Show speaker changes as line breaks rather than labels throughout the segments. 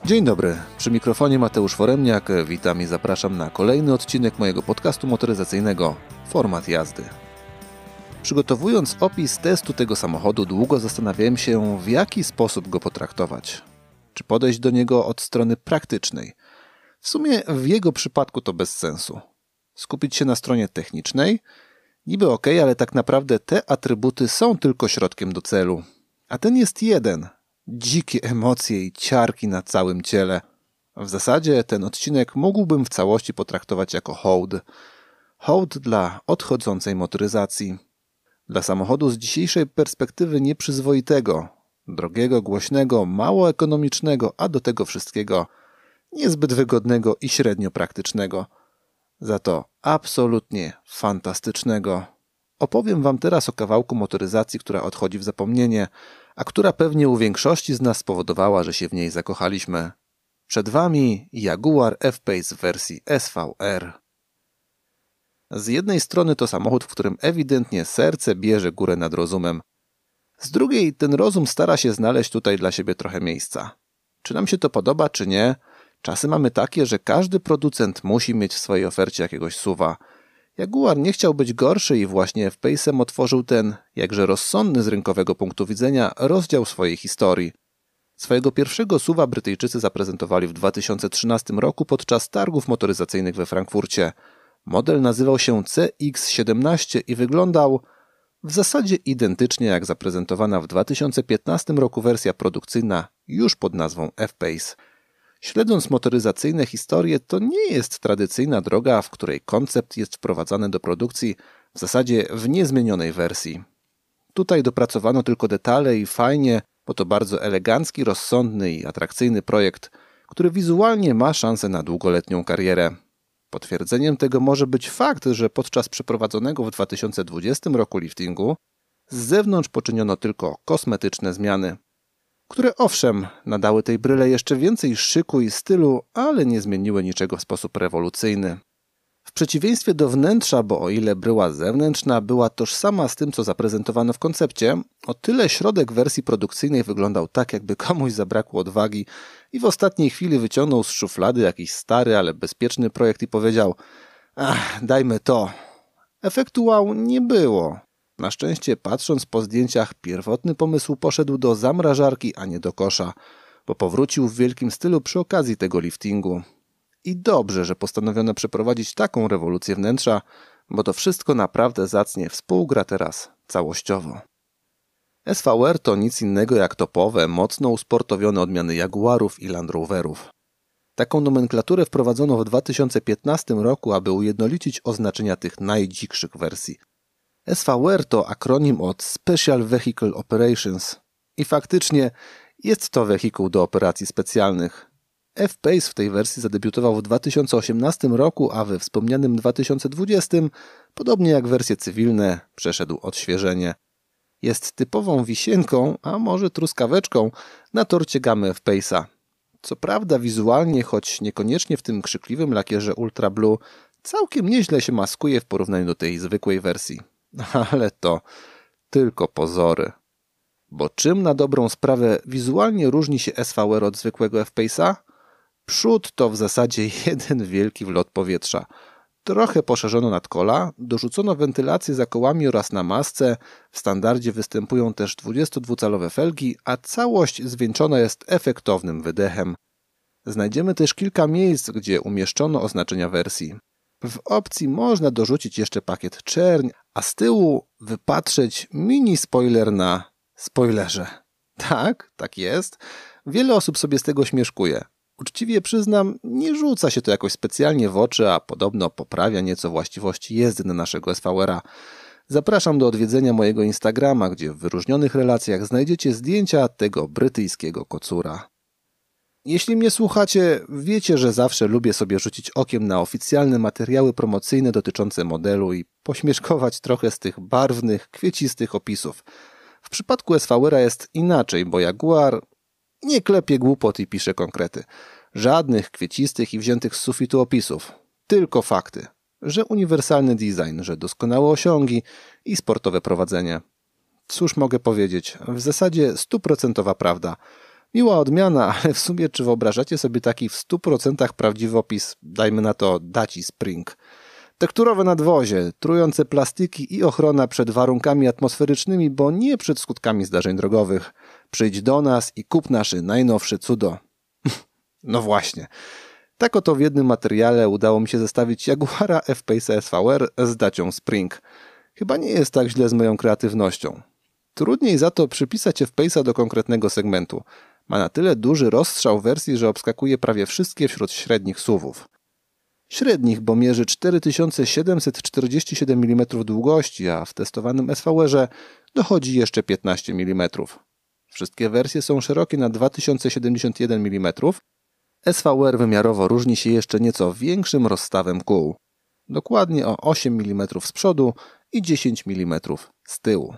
Dzień dobry, przy mikrofonie Mateusz Foremniak, witam i zapraszam na kolejny odcinek mojego podcastu motoryzacyjnego Format jazdy. Przygotowując opis testu tego samochodu, długo zastanawiałem się, w jaki sposób go potraktować. Czy podejść do niego od strony praktycznej? W sumie w jego przypadku to bez sensu. Skupić się na stronie technicznej? Niby okej, ale tak naprawdę te atrybuty są tylko środkiem do celu. A ten jest jeden. Dzikie emocje i ciarki na całym ciele. W zasadzie ten odcinek mógłbym w całości potraktować jako hołd. Hołd dla odchodzącej motoryzacji. Dla samochodu z dzisiejszej perspektywy nieprzyzwoitego, drogiego, głośnego, mało ekonomicznego, a do tego wszystkiego niezbyt wygodnego i średnio praktycznego. Za to absolutnie fantastycznego. Opowiem Wam teraz o kawałku motoryzacji, która odchodzi w zapomnienie, a która pewnie u większości z nas spowodowała, że się w niej zakochaliśmy. Przed Wami Jaguar F-Pace w wersji SVR. Z jednej strony to samochód, w którym ewidentnie serce bierze górę nad rozumem. Z drugiej ten rozum stara się znaleźć tutaj dla siebie trochę miejsca. Czy nam się to podoba, czy nie? Czasy mamy takie, że każdy producent musi mieć w swojej ofercie jakiegoś SUV-a. Jaguar nie chciał być gorszy i właśnie F-Pace'em otworzył ten, jakże rozsądny z rynkowego punktu widzenia, rozdział swojej historii. Swojego pierwszego SUV-a Brytyjczycy zaprezentowali w 2013 roku podczas targów motoryzacyjnych we Frankfurcie. Model nazywał się CX-17 i wyglądał w zasadzie identycznie jak zaprezentowana w 2015 roku wersja produkcyjna już pod nazwą F-Pace. Śledząc motoryzacyjne historie, to nie jest tradycyjna droga, w której koncept jest wprowadzany do produkcji w zasadzie w niezmienionej wersji. Tutaj dopracowano tylko detale i fajnie, bo to bardzo elegancki, rozsądny i atrakcyjny projekt, który wizualnie ma szansę na długoletnią karierę. Potwierdzeniem tego może być fakt, że podczas przeprowadzonego w 2020 roku liftingu z zewnątrz poczyniono tylko kosmetyczne zmiany, które owszem nadały tej bryle jeszcze więcej szyku i stylu, ale nie zmieniły niczego w sposób rewolucyjny. W przeciwieństwie do wnętrza, bo o ile bryła zewnętrzna była tożsama z tym, co zaprezentowano w koncepcie, o tyle środek wersji produkcyjnej wyglądał tak, jakby komuś zabrakło odwagi i w ostatniej chwili wyciągnął z szuflady jakiś stary, ale bezpieczny projekt i powiedział: dajmy to. Efektu wow nie było. Na szczęście, patrząc po zdjęciach, pierwotny pomysł poszedł do zamrażarki, a nie do kosza, bo powrócił w wielkim stylu przy okazji tego liftingu. I dobrze, że postanowiono przeprowadzić taką rewolucję wnętrza, bo to wszystko naprawdę zacnie współgra teraz całościowo. SVR to nic innego jak topowe, mocno usportowione odmiany Jaguarów i Land Roverów. Taką nomenklaturę wprowadzono w 2015 roku, aby ujednolicić oznaczenia tych najdzikszych wersji. SVR to akronim od Special Vehicle Operations i faktycznie jest to wehikuł do operacji specjalnych. F-Pace w tej wersji zadebiutował w 2018 roku, a we wspomnianym 2020, podobnie jak wersje cywilne, przeszedł odświeżenie. Jest typową wisienką, a może truskaweczką na torcie gamy F-Pace'a. Co prawda wizualnie, choć niekoniecznie w tym krzykliwym lakierze Ultra Blue, całkiem nieźle się maskuje w porównaniu do tej zwykłej wersji. Ale to tylko pozory. Bo czym na dobrą sprawę wizualnie różni się SVR od zwykłego F-Pace'a? Przód to w zasadzie jeden wielki wlot powietrza. Trochę poszerzono nadkola, dorzucono wentylację za kołami oraz na masce, w standardzie występują też 22-calowe felgi, a całość zwieńczona jest efektownym wydechem. Znajdziemy też kilka miejsc, gdzie umieszczono oznaczenia wersji. W opcji można dorzucić jeszcze pakiet czerń, a z tyłu wypatrzeć mini spoiler na spoilerze. Tak jest. Wiele osób sobie z tego śmieszkuje. Uczciwie przyznam, nie rzuca się to jakoś specjalnie w oczy, a podobno poprawia nieco właściwości jazdy naszego SVR-a. Zapraszam do odwiedzenia mojego Instagrama, gdzie w wyróżnionych relacjach znajdziecie zdjęcia tego brytyjskiego kocura. Jeśli mnie słuchacie, wiecie, że zawsze lubię sobie rzucić okiem na oficjalne materiały promocyjne dotyczące modelu i pośmieszkować trochę z tych barwnych, kwiecistych opisów. W przypadku SVR-a jest inaczej, bo Jaguar nie klepie głupot i pisze konkrety. Żadnych kwiecistych i wziętych z sufitu opisów. Tylko fakty. Że uniwersalny design, że doskonałe osiągi i sportowe prowadzenie. Cóż mogę powiedzieć? W zasadzie 100% prawda. Miła odmiana, ale w sumie czy wyobrażacie sobie taki w 100% prawdziwy opis, dajmy na to Daci Spring? Tekturowe nadwozie, trujące plastiki i ochrona przed warunkami atmosferycznymi, bo nie przed skutkami zdarzeń drogowych. Przyjdź do nas i kup nasze najnowsze cudo. No właśnie. Tak oto w jednym materiale udało mi się zestawić Jaguara F-Pace SVR z Dacią Spring. Chyba nie jest tak źle z moją kreatywnością. Trudniej za to przypisać F-Pace'a do konkretnego segmentu. Ma na tyle duży rozstrzał wersji, że obskakuje prawie wszystkie wśród średnich SUV-ów. Średnich, bo mierzy 4747 mm długości, a w testowanym SVR-ze dochodzi jeszcze 15 mm. Wszystkie wersje są szerokie na 2071 mm. SVR wymiarowo różni się jeszcze nieco większym rozstawem kół. Dokładnie o 8 mm z przodu i 10 mm z tyłu.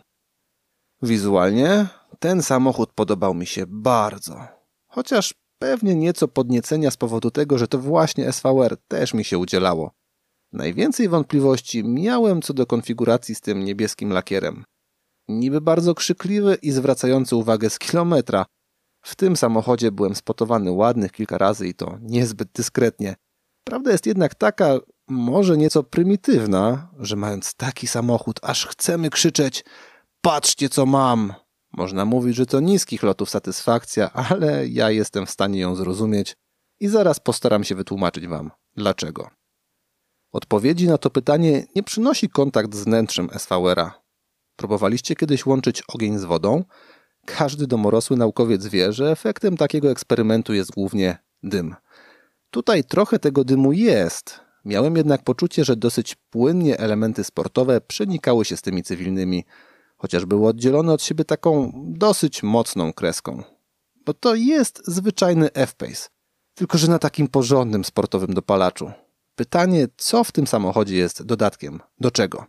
Wizualnie ten samochód podobał mi się bardzo. Chociaż pewnie nieco podniecenia z powodu tego, że to właśnie SVR też mi się udzielało. Najwięcej wątpliwości miałem co do konfiguracji z tym niebieskim lakierem. Niby bardzo krzykliwy i zwracający uwagę z kilometra. W tym samochodzie byłem spotowany ładnych kilka razy i to niezbyt dyskretnie. Prawda jest jednak taka, może nieco prymitywna, że mając taki samochód, aż chcemy krzyczeć: patrzcie co mam! Można mówić, że to niskich lotów satysfakcja, ale ja jestem w stanie ją zrozumieć i zaraz postaram się wytłumaczyć wam dlaczego. Odpowiedzi na to pytanie nie przynosi kontakt z wnętrzem SVR-a. Próbowaliście kiedyś łączyć ogień z wodą? Każdy domorosły naukowiec wie, że efektem takiego eksperymentu jest głównie dym. Tutaj trochę tego dymu jest. Miałem jednak poczucie, że dosyć płynnie elementy sportowe przenikały się z tymi cywilnymi, chociaż były oddzielone od siebie taką dosyć mocną kreską. Bo to jest zwyczajny F-Pace, tylko że na takim porządnym sportowym dopalaczu. Pytanie, co w tym samochodzie jest dodatkiem, do czego?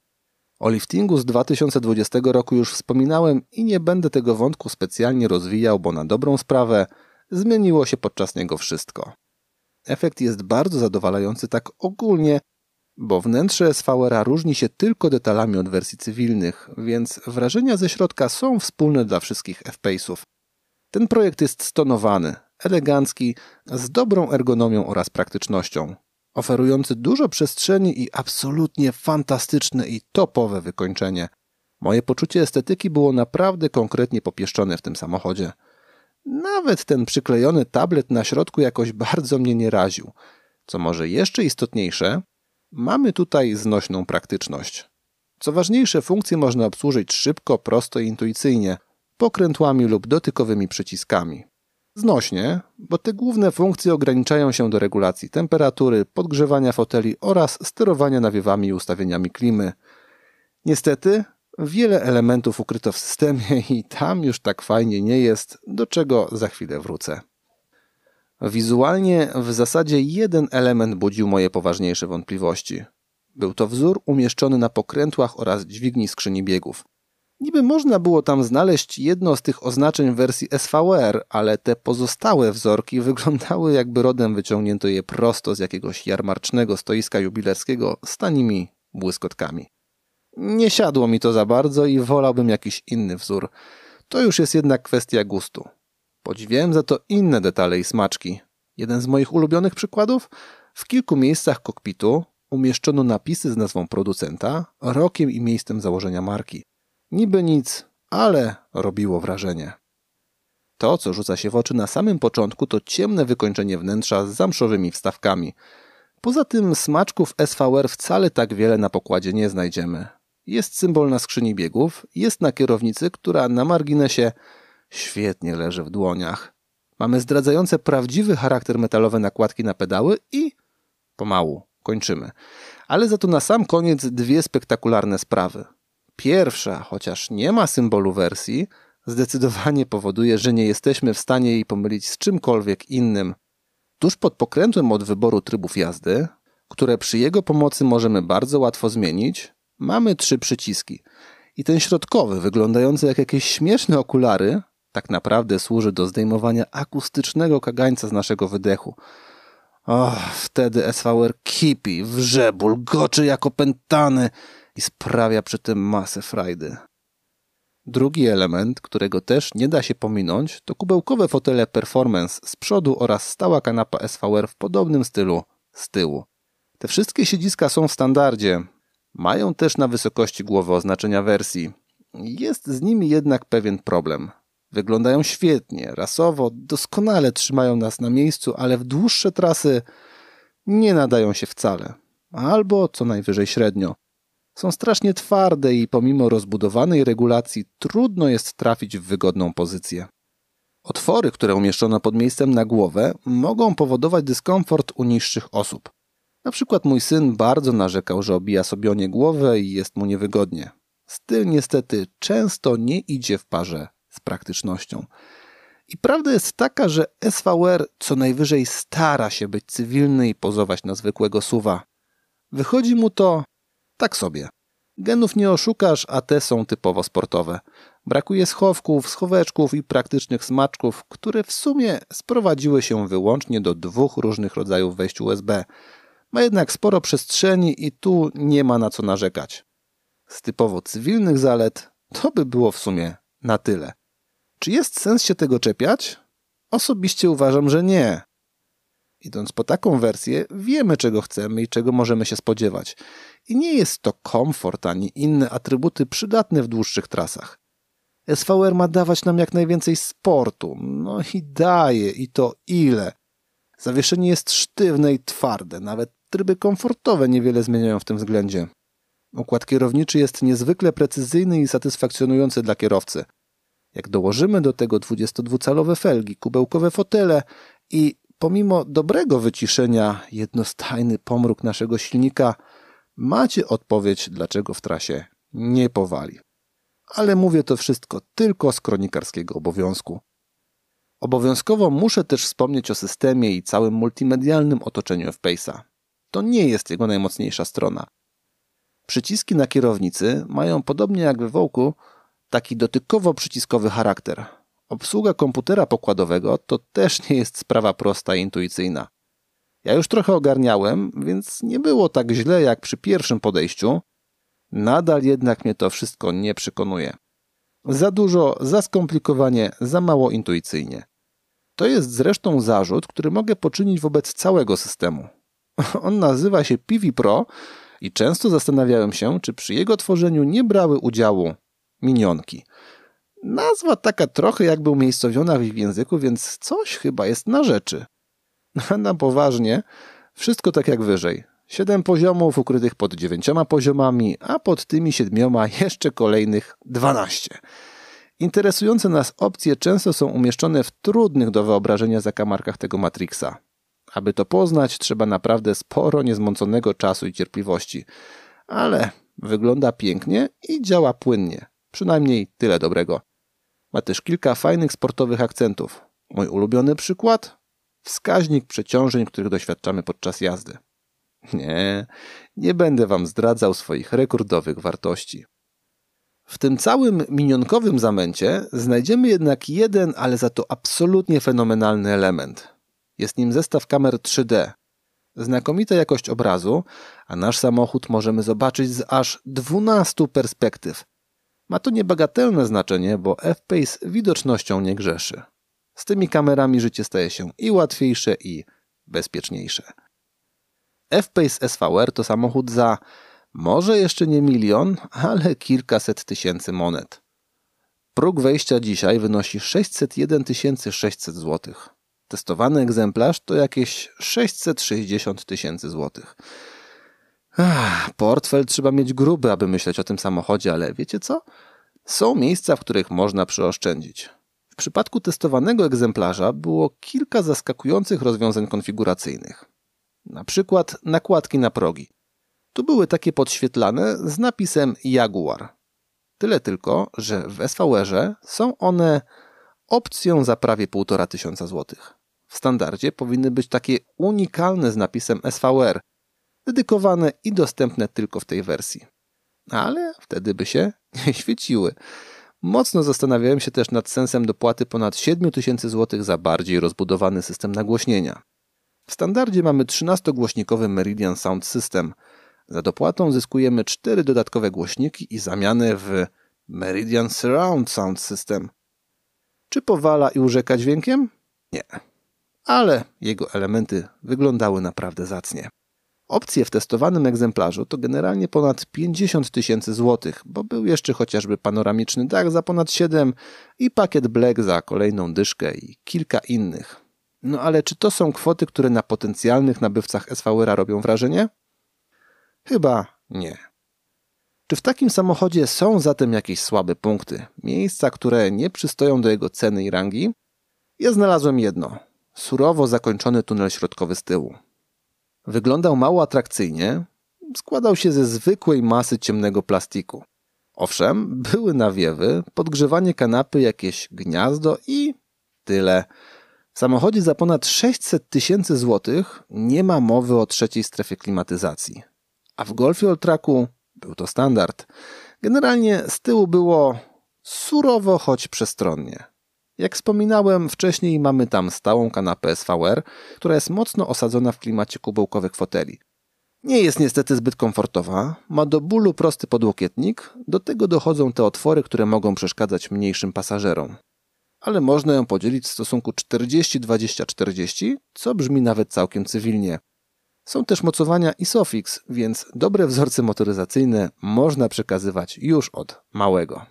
O liftingu z 2020 roku już wspominałem i nie będę tego wątku specjalnie rozwijał, bo na dobrą sprawę zmieniło się podczas niego wszystko. Efekt jest bardzo zadowalający tak ogólnie, bo wnętrze SVR-a różni się tylko detalami od wersji cywilnych, więc wrażenia ze środka są wspólne dla wszystkich F-Pace'ów. Ten projekt jest stonowany, elegancki, z dobrą ergonomią oraz praktycznością, oferujący dużo przestrzeni i absolutnie fantastyczne i topowe wykończenie. Moje poczucie estetyki było naprawdę konkretnie popieszczone w tym samochodzie. Nawet ten przyklejony tablet na środku jakoś bardzo mnie nie raził. Co może jeszcze istotniejsze, mamy tutaj znośną praktyczność. Co ważniejsze, funkcje można obsłużyć szybko, prosto i intuicyjnie, pokrętłami lub dotykowymi przyciskami. Znośnie, bo te główne funkcje ograniczają się do regulacji temperatury, podgrzewania foteli oraz sterowania nawiewami i ustawieniami klimy. Niestety, wiele elementów ukryto w systemie i tam już tak fajnie nie jest, do czego za chwilę wrócę. Wizualnie w zasadzie jeden element budził moje poważniejsze wątpliwości. Był to wzór umieszczony na pokrętłach oraz dźwigni skrzyni biegów. Niby można było tam znaleźć jedno z tych oznaczeń w wersji SVR, ale te pozostałe wzorki wyglądały jakby rodem wyciągnięto je prosto z jakiegoś jarmarcznego stoiska jubilerskiego z tanimi błyskotkami. Nie siadło mi to za bardzo i wolałbym jakiś inny wzór. To już jest jednak kwestia gustu. Podziwiałem za to inne detale i smaczki. Jeden z moich ulubionych przykładów? W kilku miejscach kokpitu umieszczono napisy z nazwą producenta, rokiem i miejscem założenia marki. Niby nic, ale robiło wrażenie. To, co rzuca się w oczy na samym początku, to ciemne wykończenie wnętrza z zamszowymi wstawkami. Poza tym smaczków SVR wcale tak wiele na pokładzie nie znajdziemy. Jest symbol na skrzyni biegów, jest na kierownicy, która na marginesie świetnie leży w dłoniach. Mamy zdradzające prawdziwy charakter metalowe nakładki na pedały i pomału kończymy. Ale za to na sam koniec dwie spektakularne sprawy. Pierwsza, chociaż nie ma symbolu wersji, zdecydowanie powoduje, że nie jesteśmy w stanie jej pomylić z czymkolwiek innym. Tuż pod pokrętłem od wyboru trybów jazdy, które przy jego pomocy możemy bardzo łatwo zmienić, mamy 3 przyciski. I ten środkowy, wyglądający jak jakieś śmieszne okulary, tak naprawdę służy do zdejmowania akustycznego kagańca z naszego wydechu. Wtedy SVR kipi, wrze, bulgoczy jak opętany i sprawia przy tym masę frajdy. Drugi element, którego też nie da się pominąć, to kubełkowe fotele Performance z przodu oraz stała kanapa SVR w podobnym stylu z tyłu. Te wszystkie siedziska są w standardzie. Mają też na wysokości głowy oznaczenia wersji. Jest z nimi jednak pewien problem. Wyglądają świetnie, rasowo, doskonale trzymają nas na miejscu, ale w dłuższe trasy nie nadają się wcale. Albo co najwyżej średnio. Są strasznie twarde i pomimo rozbudowanej regulacji trudno jest trafić w wygodną pozycję. Otwory, które umieszczono pod miejscem na głowę, mogą powodować dyskomfort u niższych osób. Na przykład mój syn bardzo narzekał, że obija sobie o nie głowę i jest mu niewygodnie. Styl niestety często nie idzie w parze z praktycznością. I prawda jest taka, że SVR co najwyżej stara się być cywilny i pozować na zwykłego SUV-a. Wychodzi mu to tak sobie. Genów nie oszukasz, a te są typowo sportowe. Brakuje schowków, schoweczków i praktycznych smaczków, które w sumie sprowadziły się wyłącznie do 2 różnych rodzajów wejść USB. Ma jednak sporo przestrzeni i tu nie ma na co narzekać. Z typowo cywilnych zalet to by było w sumie na tyle. Czy jest sens się tego czepiać? Osobiście uważam, że nie. Idąc po taką wersję, wiemy czego chcemy i czego możemy się spodziewać. I nie jest to komfort ani inne atrybuty przydatne w dłuższych trasach. SVR ma dawać nam jak najwięcej sportu. No i daje, i to ile. Zawieszenie jest sztywne i twarde, nawet tryby komfortowe niewiele zmieniają w tym względzie. Układ kierowniczy jest niezwykle precyzyjny i satysfakcjonujący dla kierowcy. Jak dołożymy do tego 22-calowe felgi, kubełkowe fotele i pomimo dobrego wyciszenia jednostajny pomruk naszego silnika, macie odpowiedź, dlaczego w trasie nie powali. Ale mówię to wszystko tylko z kronikarskiego obowiązku. Obowiązkowo muszę też wspomnieć o systemie i całym multimedialnym otoczeniu F-Pace'a. To nie jest jego najmocniejsza strona. Przyciski na kierownicy mają, podobnie jak we Evoque'u, taki dotykowo-przyciskowy charakter. Obsługa komputera pokładowego to też nie jest sprawa prosta i intuicyjna. Ja już trochę ogarniałem, więc nie było tak źle jak przy pierwszym podejściu. Nadal jednak mnie to wszystko nie przekonuje. Za dużo, za skomplikowanie, za mało intuicyjnie. To jest zresztą zarzut, który mogę poczynić wobec całego systemu. On nazywa się Pivi Pro i często zastanawiałem się, czy przy jego tworzeniu nie brały udziału minionki. Nazwa taka trochę jakby umiejscowiona w ich języku, więc coś chyba jest na rzeczy. Na poważnie, wszystko tak jak wyżej. 7 poziomów ukrytych pod 9 poziomami, a pod tymi 7 jeszcze kolejnych 12. Interesujące nas opcje często są umieszczone w trudnych do wyobrażenia zakamarkach tego Matrixa. Aby to poznać, trzeba naprawdę sporo niezmąconego czasu i cierpliwości. Ale wygląda pięknie i działa płynnie. Przynajmniej tyle dobrego. Ma też kilka fajnych sportowych akcentów. Mój ulubiony przykład? Wskaźnik przeciążeń, których doświadczamy podczas jazdy. Nie będę wam zdradzał swoich rekordowych wartości. W tym całym minionkowym zamęcie znajdziemy jednak jeden, ale za to absolutnie fenomenalny element. Jest nim zestaw kamer 3D. Znakomita jakość obrazu, a nasz samochód możemy zobaczyć z aż 12 perspektyw. Ma to niebagatelne znaczenie, bo F-Pace widocznością nie grzeszy. Z tymi kamerami życie staje się i łatwiejsze, i bezpieczniejsze. F-Pace SVR to samochód za może jeszcze nie 1 000 000, ale kilkaset tysięcy monet. Próg wejścia dzisiaj wynosi 601 600 zł. Testowany egzemplarz to jakieś 660 000 złotych. Portfel trzeba mieć gruby, aby myśleć o tym samochodzie, ale wiecie co? Są miejsca, w których można przyoszczędzić. W przypadku testowanego egzemplarza było kilka zaskakujących rozwiązań konfiguracyjnych. Na przykład nakładki na progi. Tu były takie podświetlane z napisem Jaguar. Tyle tylko, że w SVR-ze są one opcją za prawie 1500 złotych. W standardzie powinny być takie unikalne z napisem SVR, dedykowane i dostępne tylko w tej wersji. Ale wtedy by się nie świeciły. Mocno zastanawiałem się też nad sensem dopłaty ponad 7000 zł za bardziej rozbudowany system nagłośnienia. W standardzie mamy 13-głośnikowy Meridian Sound System. Za dopłatą zyskujemy 4 dodatkowe głośniki i zamianę w Meridian Surround Sound System. Czy powala i urzeka dźwiękiem? Nie. Ale jego elementy wyglądały naprawdę zacnie. Opcje w testowanym egzemplarzu to generalnie ponad 50 000 złotych, bo był jeszcze chociażby panoramiczny dach za ponad 7 i pakiet Black za kolejną dyszkę i kilka innych. No ale czy to są kwoty, które na potencjalnych nabywcach SVR robią wrażenie? Chyba nie. Czy w takim samochodzie są zatem jakieś słabe punkty? Miejsca, które nie przystoją do jego ceny i rangi? Ja znalazłem jedno. Surowo zakończony tunel środkowy z tyłu. Wyglądał mało atrakcyjnie, składał się ze zwykłej masy ciemnego plastiku. Owszem, były nawiewy, podgrzewanie kanapy, jakieś gniazdo i tyle. W samochodzie za ponad 600 000 złotych nie ma mowy o trzeciej strefie klimatyzacji. A w Golfie Alltracku był to standard. Generalnie z tyłu było surowo, choć przestronnie. Jak wspominałem wcześniej, mamy tam stałą kanapę SVR, która jest mocno osadzona w klimacie kubełkowych foteli. Nie jest niestety zbyt komfortowa, ma do bólu prosty podłokietnik, do tego dochodzą te otwory, które mogą przeszkadzać mniejszym pasażerom. Ale można ją podzielić w stosunku 40-20-40, co brzmi nawet całkiem cywilnie. Są też mocowania ISOFIX, więc dobre wzorce motoryzacyjne można przekazywać już od małego.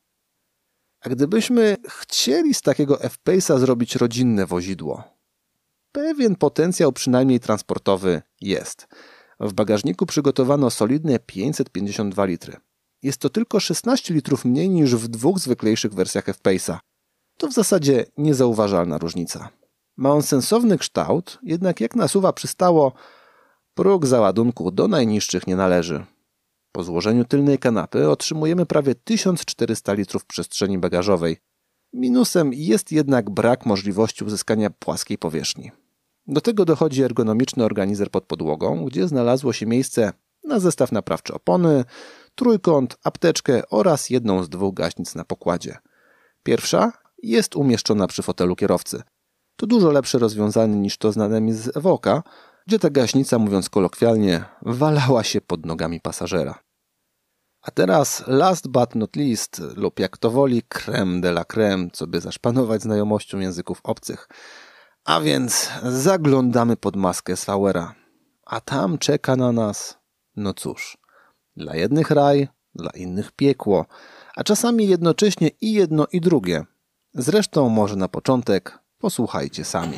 A gdybyśmy chcieli z takiego F-Pace'a zrobić rodzinne wozidło? Pewien potencjał przynajmniej transportowy jest. W bagażniku przygotowano solidne 552 litry. Jest to tylko 16 litrów mniej niż w dwóch zwyklejszych wersjach F-Pace'a. To w zasadzie niezauważalna różnica. Ma on sensowny kształt, jednak jak na SUV-a przystało, próg załadunku do najniższych nie należy. Po złożeniu tylnej kanapy otrzymujemy prawie 1400 litrów przestrzeni bagażowej. Minusem jest jednak brak możliwości uzyskania płaskiej powierzchni. Do tego dochodzi ergonomiczny organizer pod podłogą, gdzie znalazło się miejsce na zestaw naprawczy opony, trójkąt, apteczkę oraz jedną z dwóch gaśnic na pokładzie. Pierwsza jest umieszczona przy fotelu kierowcy. To dużo lepsze rozwiązanie niż to znane mi z Evoque'a, gdzie ta gaśnica, mówiąc kolokwialnie, walała się pod nogami pasażera. A teraz last but not least, lub jak to woli, crème de la crème, co by zaszpanować znajomością języków obcych. A więc zaglądamy pod maskę SVR-a. A tam czeka na nas, no cóż, dla jednych raj, dla innych piekło, a czasami jednocześnie i jedno i drugie. Zresztą może na początek posłuchajcie sami.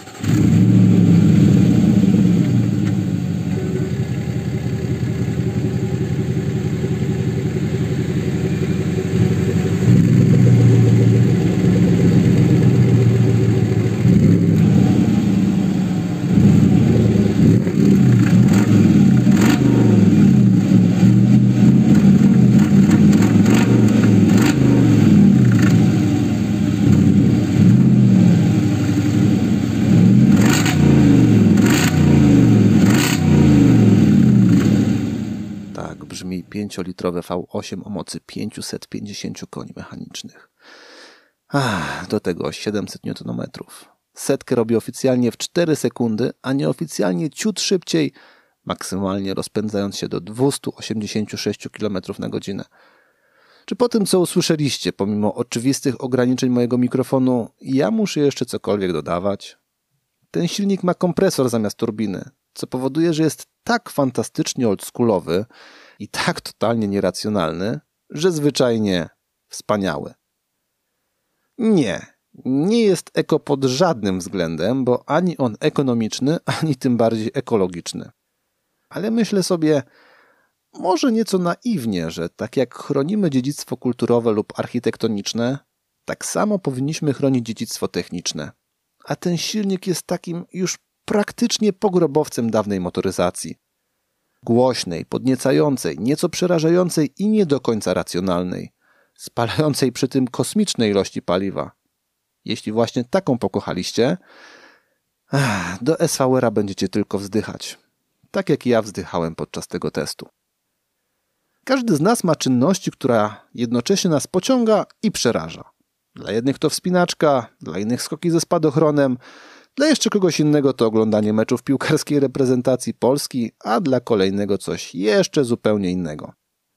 Brzmi 5-litrowe V8 o mocy 550 koni mechanicznych. Do tego 700 Nm. Setkę robi oficjalnie w 4 sekundy, a nieoficjalnie ciut szybciej, maksymalnie rozpędzając się do 286 km na godzinę. Czy po tym, co usłyszeliście, pomimo oczywistych ograniczeń mojego mikrofonu, ja muszę jeszcze cokolwiek dodawać? Ten silnik ma kompresor zamiast turbiny, co powoduje, że jest tak fantastycznie oldschoolowy i tak totalnie nieracjonalny, że zwyczajnie wspaniały. Nie jest eko pod żadnym względem, bo ani on ekonomiczny, ani tym bardziej ekologiczny. Ale myślę sobie, może nieco naiwnie, że tak jak chronimy dziedzictwo kulturowe lub architektoniczne, tak samo powinniśmy chronić dziedzictwo techniczne. A ten silnik jest takim już praktycznie pogrobowcem dawnej motoryzacji. Głośnej, podniecającej, nieco przerażającej i nie do końca racjonalnej, spalającej przy tym kosmiczne ilości paliwa. Jeśli właśnie taką pokochaliście, do SVR-a będziecie tylko wzdychać. Tak jak ja wzdychałem podczas tego testu. Każdy z nas ma czynności, która jednocześnie nas pociąga i przeraża. Dla jednych to wspinaczka, dla innych skoki ze spadochronem, dla jeszcze kogoś innego to oglądanie meczów piłkarskiej reprezentacji Polski, a dla kolejnego coś jeszcze zupełnie innego.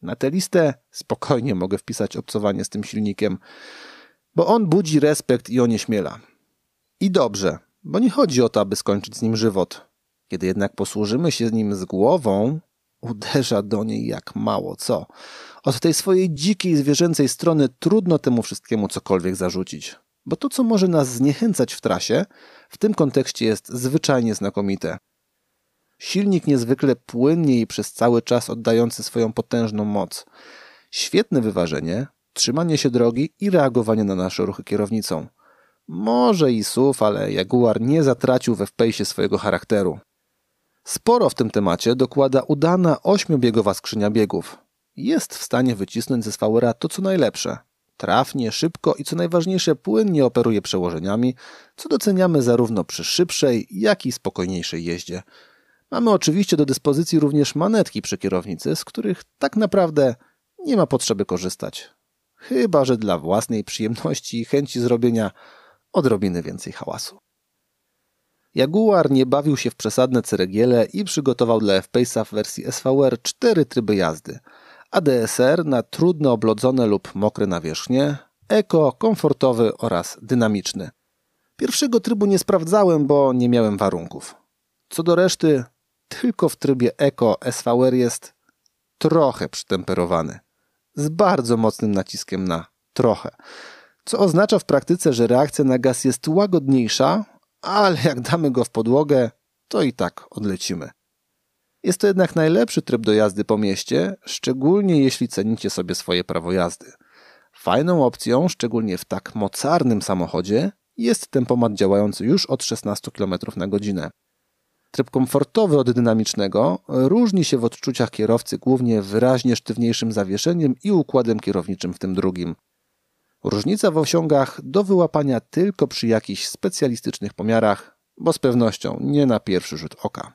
Na tę listę spokojnie mogę wpisać obcowanie z tym silnikiem, bo on budzi respekt i onieśmiela. I dobrze, bo nie chodzi o to, aby skończyć z nim żywot. Kiedy jednak posłużymy się nim z głową, uderza do niej jak mało co. Od tej swojej dzikiej, zwierzęcej strony trudno temu wszystkiemu cokolwiek zarzucić. Bo to, co może nas zniechęcać w trasie, w tym kontekście jest zwyczajnie znakomite. Silnik niezwykle płynnie i przez cały czas oddający swoją potężną moc. Świetne wyważenie, trzymanie się drogi i reagowanie na nasze ruchy kierownicą. Może i SUV, ale Jaguar nie zatracił we wpejsie swojego charakteru. Sporo w tym temacie dokłada udana 8-biegowa skrzynia biegów. Jest w stanie wycisnąć ze SVR-a to, co najlepsze. Trafnie, szybko i co najważniejsze płynnie operuje przełożeniami, co doceniamy zarówno przy szybszej, jak i spokojniejszej jeździe. Mamy oczywiście do dyspozycji również manetki przy kierownicy, z których tak naprawdę nie ma potrzeby korzystać. Chyba że dla własnej przyjemności i chęci zrobienia odrobiny więcej hałasu. Jaguar nie bawił się w przesadne ceregiele i przygotował dla F-Pace'a w wersji SVR 4 tryby jazdy. ADSR na trudno oblodzone lub mokre nawierzchnie, eko, komfortowy oraz dynamiczny. Pierwszego trybu nie sprawdzałem, bo nie miałem warunków. Co do reszty, tylko w trybie eko SVR jest trochę przytemperowany. Z bardzo mocnym naciskiem na trochę. Co oznacza w praktyce, że reakcja na gaz jest łagodniejsza, ale jak damy go w podłogę, to i tak odlecimy. Jest to jednak najlepszy tryb do jazdy po mieście, szczególnie jeśli cenicie sobie swoje prawo jazdy. Fajną opcją, szczególnie w tak mocarnym samochodzie, jest tempomat działający już od 16 km na godzinę. Tryb komfortowy od dynamicznego różni się w odczuciach kierowcy głównie wyraźnie sztywniejszym zawieszeniem i układem kierowniczym w tym drugim. Różnica w osiągach do wyłapania tylko przy jakichś specjalistycznych pomiarach, bo z pewnością nie na pierwszy rzut oka.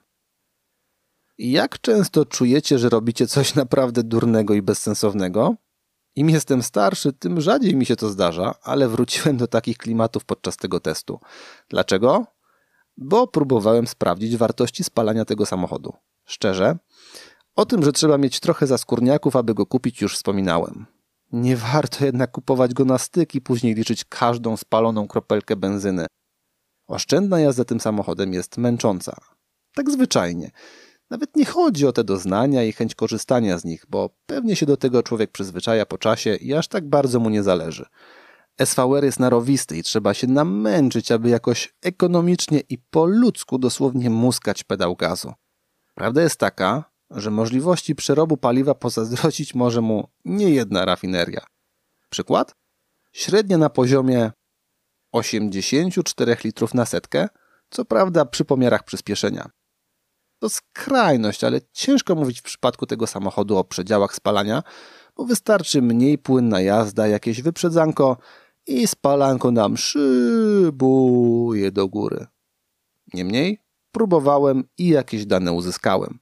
Jak często czujecie, że robicie coś naprawdę durnego i bezsensownego? Im jestem starszy, tym rzadziej mi się to zdarza, ale wróciłem do takich klimatów podczas tego testu. Dlaczego? Bo próbowałem sprawdzić wartości spalania tego samochodu. Szczerze, o tym, że trzeba mieć trochę zaskórniaków, aby go kupić, już wspominałem. Nie warto jednak kupować go na styk i później liczyć każdą spaloną kropelkę benzyny. Oszczędna jazda tym samochodem jest męcząca. Tak zwyczajnie. Nawet nie chodzi o te doznania i chęć korzystania z nich, bo pewnie się do tego człowiek przyzwyczaja po czasie i aż tak bardzo mu nie zależy. SVR jest narowisty i trzeba się namęczyć, aby jakoś ekonomicznie i po ludzku dosłownie muskać pedał gazu. Prawda jest taka, że możliwości przerobu paliwa pozazdrościć może mu niejedna rafineria. Przykład? Średnia na poziomie 84 litrów na setkę, co prawda przy pomiarach przyspieszenia. To skrajność, ale ciężko mówić w przypadku tego samochodu o przedziałach spalania, bo wystarczy mniej płynna jazda, jakieś wyprzedzanko i spalanko nam szybuje do góry. Niemniej próbowałem i jakieś dane uzyskałem.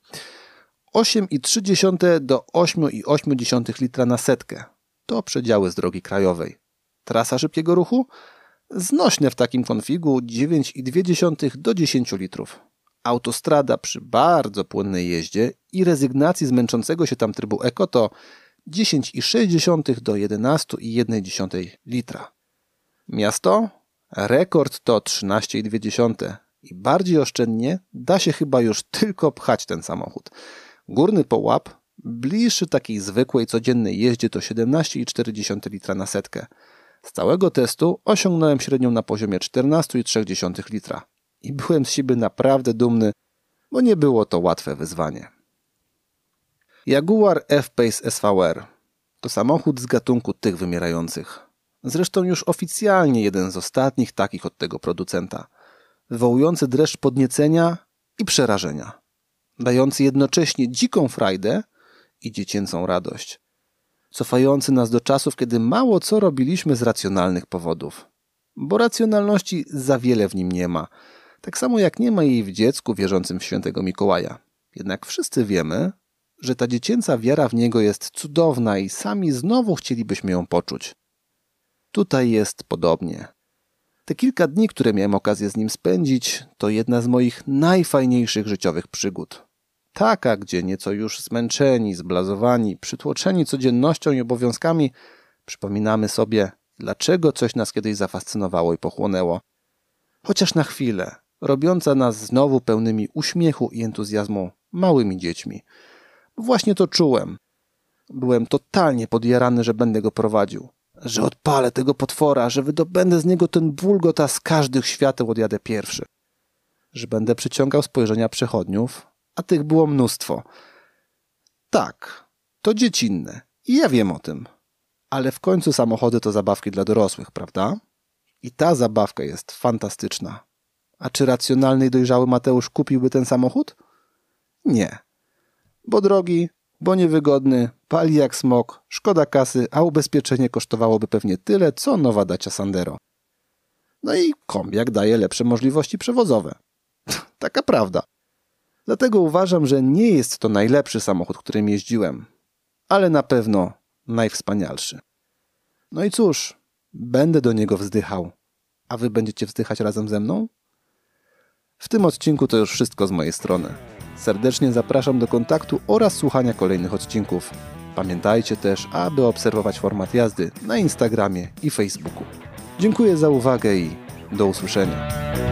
8,3 do 8,8 litra na setkę. To przedziały z drogi krajowej. Trasa szybkiego ruchu? Znośne w takim konfigu 9,2 do 10 litrów. Autostrada przy bardzo płynnej jeździe i rezygnacji z męczącego się tam trybu eko to 10,6 do 11,1 litra. Miasto? Rekord to 13,2 i bardziej oszczędnie da się chyba już tylko pchać ten samochód. Górny połap, bliższy takiej zwykłej codziennej jeździe to 17,4 litra na setkę. Z całego testu osiągnąłem średnią na poziomie 14,3 litra. I byłem z siebie naprawdę dumny, bo nie było to łatwe wyzwanie. Jaguar F-Pace SVR to samochód z gatunku tych wymierających. Zresztą już oficjalnie jeden z ostatnich takich od tego producenta. Wywołujący dreszcz podniecenia i przerażenia. Dający jednocześnie dziką frajdę i dziecięcą radość. Cofający nas do czasów, kiedy mało co robiliśmy z racjonalnych powodów. Bo racjonalności za wiele w nim nie ma. Tak samo jak nie ma jej w dziecku wierzącym w świętego Mikołaja. Jednak wszyscy wiemy, że ta dziecięca wiara w niego jest cudowna i sami znowu chcielibyśmy ją poczuć. Tutaj jest podobnie. Te kilka dni, które miałem okazję z nim spędzić, to jedna z moich najfajniejszych życiowych przygód. Taka, gdzie nieco już zmęczeni, zblazowani, przytłoczeni codziennością i obowiązkami, przypominamy sobie, dlaczego coś nas kiedyś zafascynowało i pochłonęło. Chociaż na chwilę, robiąca nas znowu pełnymi uśmiechu i entuzjazmu małymi dziećmi. Właśnie to czułem. Byłem totalnie podjarany, że będę go prowadził. Że odpalę tego potwora, że wydobędę z niego ten bulgot, a z każdych świateł odjadę pierwszy. Że będę przyciągał spojrzenia przechodniów, a tych było mnóstwo. Tak, to dziecinne i ja wiem o tym. Ale w końcu samochody to zabawki dla dorosłych, prawda? I ta zabawka jest fantastyczna. A czy racjonalny i dojrzały Mateusz kupiłby ten samochód? Nie. Bo drogi, bo niewygodny, pali jak smok, szkoda kasy, a ubezpieczenie kosztowałoby pewnie tyle, co nowa Dacia Sandero. No i kombiak daje lepsze możliwości przewozowe. Taka prawda. Dlatego uważam, że nie jest to najlepszy samochód, którym jeździłem, ale na pewno najwspanialszy. No i cóż, będę do niego wzdychał. A wy będziecie wzdychać razem ze mną? W tym odcinku to już wszystko z mojej strony. Serdecznie zapraszam do kontaktu oraz słuchania kolejnych odcinków. Pamiętajcie też, aby obserwować format jazdy na Instagramie i Facebooku. Dziękuję za uwagę i do usłyszenia.